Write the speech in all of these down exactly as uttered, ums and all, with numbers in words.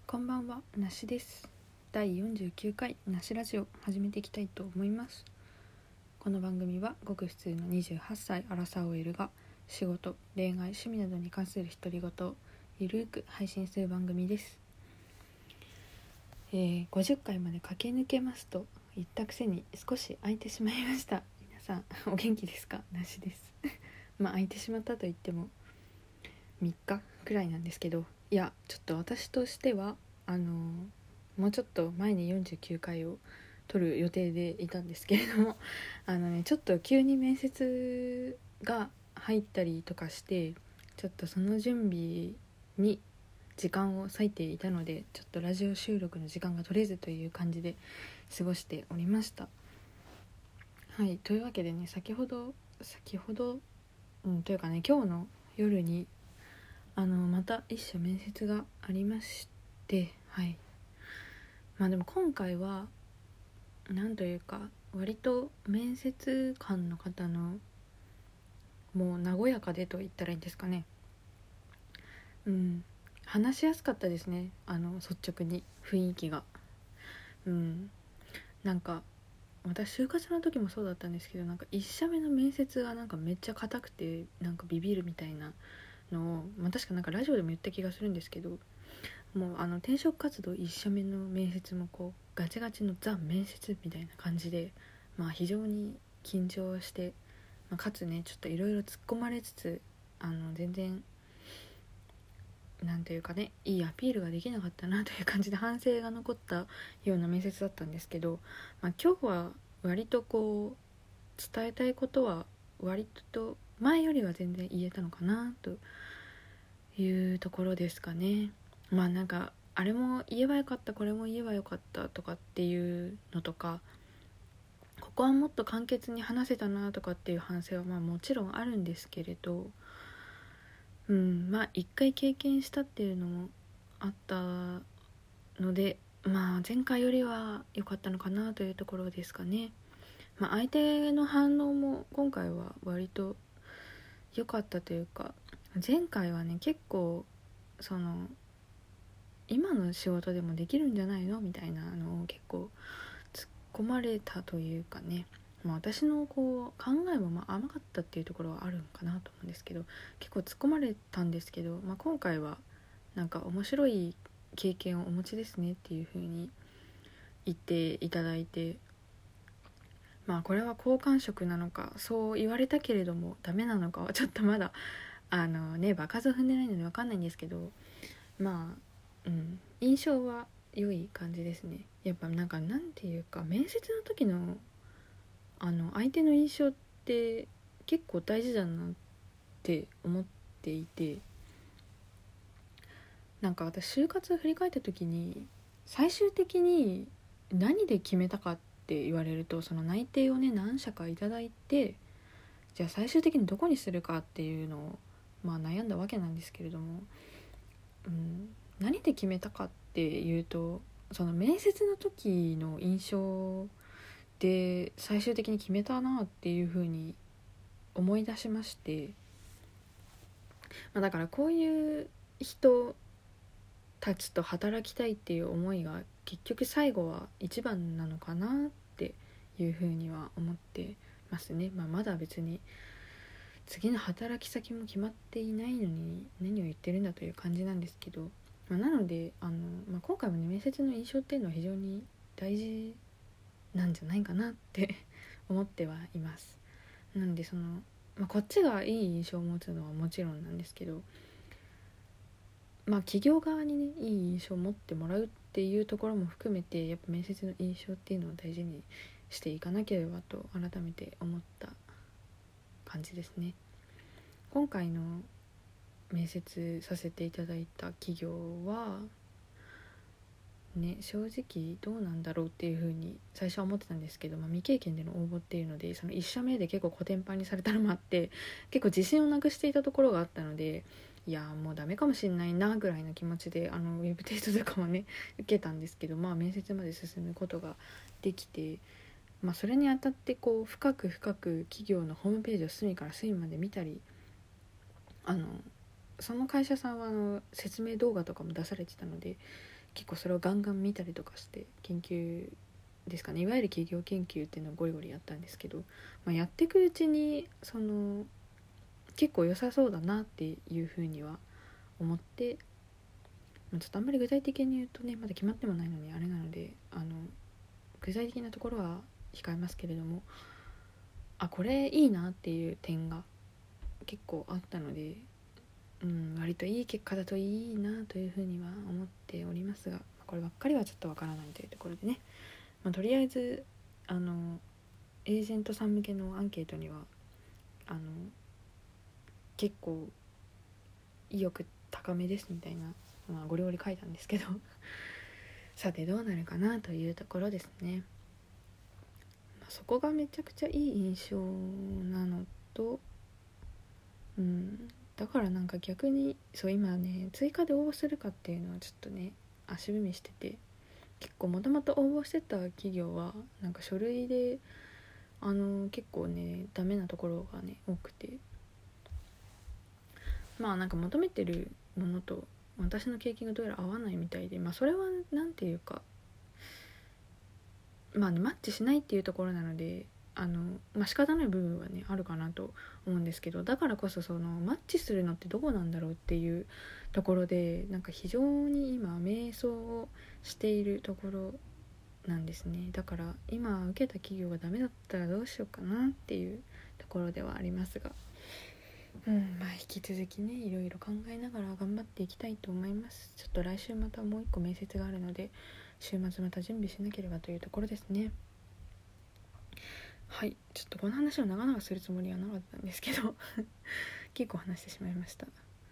こんばんは、なしです。だいよんじゅうきゅうかいなしラジオ始めていきたいと思います。この番組はごく普通のにじゅうはっさいアラサー オーエル が仕事、恋愛、趣味などに関する独り言をゆるーく配信する番組です。えー、ごじゅっかいまで駆け抜けますと言ったくせに少し空いてしまいました。皆さんお元気ですか？なしですまあ空いてしまったと言ってもみっかくらいなんですけど、いやちょっと私としてはあのもうちょっと前によんじゅうきゅうかいを撮る予定でいたんですけれどもあのねちょっと急に面接が入ったりとかしてちょっとその準備に時間を割いていたので、ちょっとラジオ収録の時間が取れずという感じで過ごしておりました。はい、というわけでね、先ほど先ほど、うん、というかね今日の夜にあのまた一社面接がありまして、はい、まあでも今回はなんというか割と面接官の方のもう和やかでと言ったらいいんですかね。うん話しやすかったですね。あの率直に雰囲気がうんなんか私就活の時もそうだったんですけど、なんか一社目の面接がなんかめっちゃ硬くてなんかビビるみたいなのを、まあ、確かなんかラジオでも言った気がするんですけど、もうあの転職活動一社目の面接もこうガチガチのザ面接みたいな感じで、まあ非常に緊張して、まあ、かつねちょっといろいろ突っ込まれつつあの全然なんていうかねいいアピールができなかったなという感じで反省が残ったような面接だったんですけど、まあ、今日は割とこう伝えたいことは割と前よりは全然言えたのかなというところですかね。まあなんかあれも言えばよかったこれも言えばよかったとかっていうのとか、ここはもっと簡潔に話せたなとかっていう反省はまあもちろんあるんですけれど、うんまあ一回経験したっていうのもあったので、まあ前回よりは良かったのかなというところですかね。まあ相手の反応も今回は割と良かったというか、前回はね結構その今の仕事でもできるんじゃないのみたいなのを結構突っ込まれたというかね、まあ、私のこう考えもまあ甘かったっていうところはあるんかなと思うんですけど、結構突っ込まれたんですけど、まあ、今回はなんか面白い経験をお持ちですねっていう風に言っていただいて、まあこれは好感触なのかそう言われたけれどもダメなのかはちょっとまだあのね場数を踏んでないので分かんないんですけど、まあうん印象は良い感じですね。やっぱなんかなんていうか面接の時のあの相手の印象って結構大事だなって思っていて、なんか私就活を振り返った時に最終的に何で決めたかって言われると、その内定をね何社かいただいて、じゃあ最終的にどこにするかっていうのをまあ悩んだわけなんですけれども、うん、何で決めたかっていうと、その面接の時の印象で最終的に決めたなっていう風に思い出しまして、まあ、だからこういう人たちと働きたいっていう思いが結局最後は一番なのかなっていう風には思ってますね。まあ、まだ別に次の働き先も決まっていないのに何を言ってるんだという感じなんですけど、まあ、なのであの、まあ、今回もね面接の印象っていうのは非常に大事なんじゃないかなって思ってはいます。なんでその、まあ、こっちがいい印象を持つのはもちろんなんですけど、まあ企業側にねいい印象を持ってもらうっていうところも含めて、やっぱ面接の印象っていうのを大事にしていかなければと改めて思った感じですね。今回の面接させていただいた企業はね、正直どうなんだろうっていう風に最初は思ってたんですけど、まあ、未経験での応募っていうのでそのいち社目で結構コテンパンにされたのもあって結構自信をなくしていたところがあったので、いやもうダメかもしんないなぐらいの気持ちであのウェブテストとかもね受けたんですけど、まあ面接まで進むことができて、まあ、それにあたってこう深く深く企業のホームページを隅から隅まで見たり、あのその会社さんはあの説明動画とかも出されてたので結構それをガンガン見たりとかして研究ですかね、いわゆる企業研究っていうのをゴリゴリやったんですけど、まあ、やっていくうちにその結構良さそうだなっていうふうには思って、ちょっとあんまり具体的に言うとねまだ決まってもないのにあれなので、あの具体的なところは控えますけれども、あこれいいなっていう点が結構あったので、うん、割といい結果だといいなというふうには思っておりますが、こればっかりはちょっとわからないというところでね、まあ、とりあえずあのエージェントさん向けのアンケートにはあの結構意欲高めですみたいな、まあ、ゴリゴリ書いたんですけどさてどうなるかなというところですね。まあ、そこがめちゃくちゃいい印象なのと、うん、だからなんか逆にそう今ね追加で応募するかっていうのはちょっとね足踏みしてて、結構もともと応募してた企業はなんか書類であの結構ねダメなところがね多くて、まあなんか求めてるものと私の経験がどうやら合わないみたいで、まあそれはなんていうかまあねマッチしないっていうところなので、あのまあ仕方ない部分はねあるかなと思うんですけど、だからこそそのマッチするのってどこなんだろうっていうところで、なんか非常に今迷走をしているところなんですね。だから今受けた企業がダメだったらどうしようかなっていうところではありますが、うんまあ引き続きねいろいろ考えながら頑張っていきたいと思います。ちょっと来週またもう一個面接があるので週末また準備しなければというところですね。はい、ちょっとこの話を長々するつもりはなかったんですけど結構話してしまいました。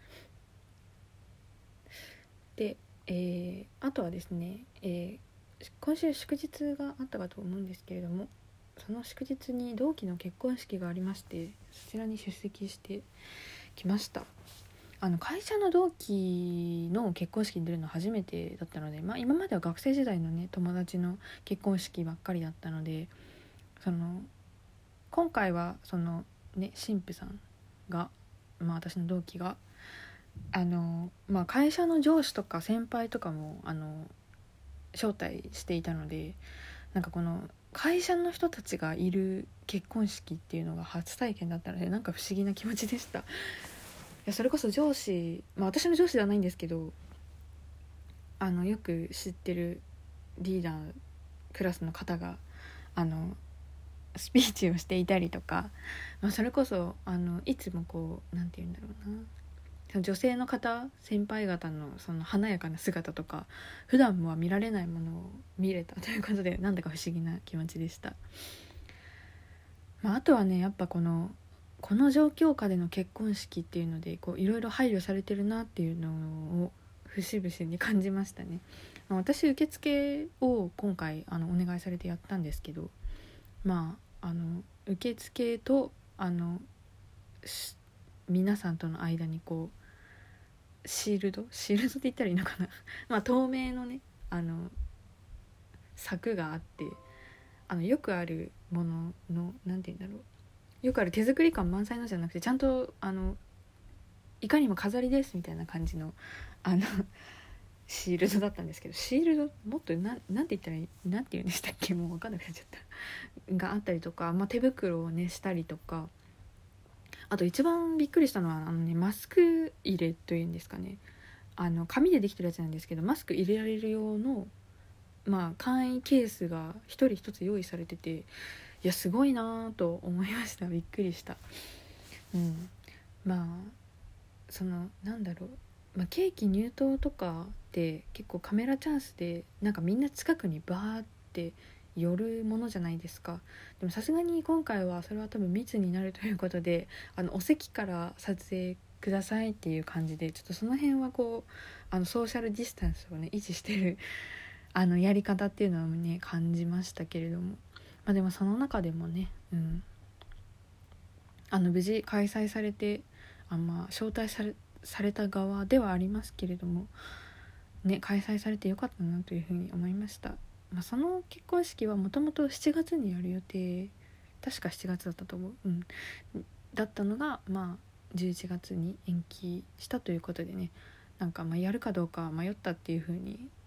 で、えー、あとはですね、えー、今週祝日があったかと思うんですけれども、その祝日に同期の結婚式がありまして、そちらに出席してきました。あの会社の同期の結婚式に出るの初めてだったので、まあ、今までは学生時代のね友達の結婚式ばっかりだったので、その今回はそのね新婦さんが、まあ、私の同期があの、まあ、会社の上司とか先輩とかもあの招待していたので、なんかこの会社の人たちがいる結婚式っていうのが初体験だったので、なんか不思議な気持ちでした。いやそれこそ上司、まあ、私の上司ではないんですけど、あのよく知ってるリーダークラスの方があのスピーチをしていたりとか、まあ、それこそあのいつもこうなんて言うんだろうな、女性の方先輩方のその華やかな姿とか普段は見られないものを見れたということで、なんだか不思議な気持ちでした。まあ、あとはねやっぱこのこの状況下での結婚式っていうのでこういろいろ配慮されてるなっていうのを節々に感じましたね。まあ、私受付を今回あのお願いされてやったんですけど、まああの受付とあの皆さんとの間にこうシールドシールドって言ったらいいのかなまあ透明のねあの柵があって、あのよくあるもののなんて言うんだろう、よくある手作り感満載のじゃなくて、ちゃんとあのいかにも飾りですみたいな感じのあのシールドだったんですけど、シールドもっとななんて言ったらいいなんて言うんでしたっけ、もう分かんなくなっちゃったがあったりとか、まあ、手袋をねしたりとか、あと一番びっくりしたのはあの、ね、マスク入れというんですかね、あの紙でできてるやつなんですけど、マスク入れられる用の、まあ、簡易ケースが一人一つ用意されてて、いやすごいなと思いました。びっくりした。うん、まあそのなんだろう、まあ、ケーキ入刀とかって結構カメラチャンスでなんかみんな近くにバーって寄るものじゃないですか。でもさすがに今回はそれは多分密になるということで、あのお席から撮影くださいっていう感じで、ちょっとその辺はこうあのソーシャルディスタンスをね維持してるあのやり方っていうのをね感じましたけれども、まあでもその中でもね、うん、あの無事開催されて、あまあ招待されされた側ではありますけれどもね、開催されてよかったなというふうに思いました。まあ、その結婚式はもともとしちがつにやる予定、確かしちがつだったと思う、うん、だったのがまあじゅういちがつに延期したということでね、なんかまあやるかどうか迷ったっていうふうに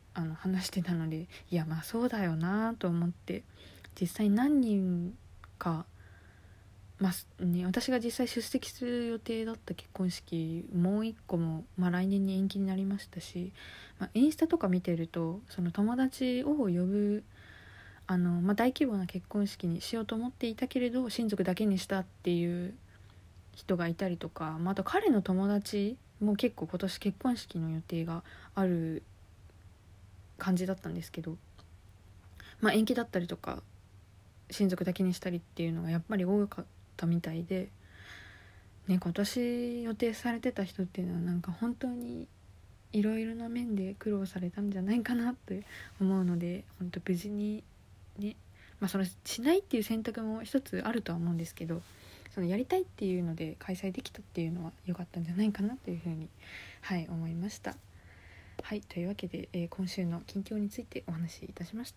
あの話してたので、いやまあそうだよなと思って、実際何人か、まあね、私が実際出席する予定だった結婚式もう一個も、まあ、来年に延期になりましたし、まあ、インスタとか見てるとその友達を呼ぶあの、まあ、大規模な結婚式にしようと思っていたけれど親族だけにしたっていう人がいたりとか、まあ、あと彼の友達も結構今年結婚式の予定がある感じだったんですけど、まあ、延期だったりとか親族だけにしたりっていうのがやっぱり多かったみたいで、ね、今年予定されてた人っていうのはなんか本当にいろいろな面で苦労されたんじゃないかなって思うので、本当無事にね、まあそのしないっていう選択も一つあるとは思うんですけど、そのやりたいっていうので開催できたっていうのは良かったんじゃないかなというふうにはい思いました。はい、というわけで、えー、今週の近況についてお話しいたしました。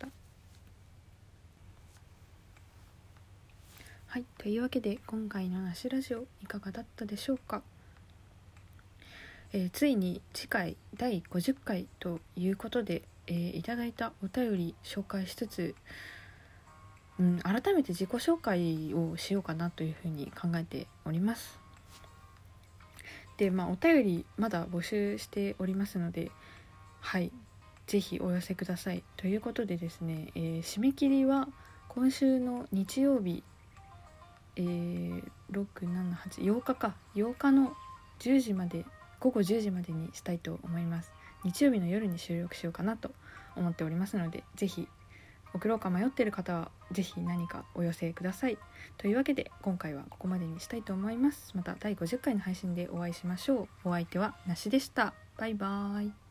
はい、というわけで今回のなしラジオいかがだったでしょうか。えー、ついに次回だいごじゅっかいということで、えー、いただいたお便り紹介しつつ、うん、改めて自己紹介をしようかなというふうに考えております。で、まあお便りまだ募集しておりますので、はいぜひお寄せくださいということでですね、えー、締め切りは今週の日曜日、えー、ろく、しち、はち、ようかかようかのじゅうじまで、午後じゅうじまでにしたいと思います。日曜日の夜に収録しようかなと思っておりますので、ぜひ送ろうか迷っている方はぜひ何かお寄せください。というわけで今回はここまでにしたいと思います。まただいごじゅっかいの配信でお会いしましょう。お相手はなしでした。バイバーイ。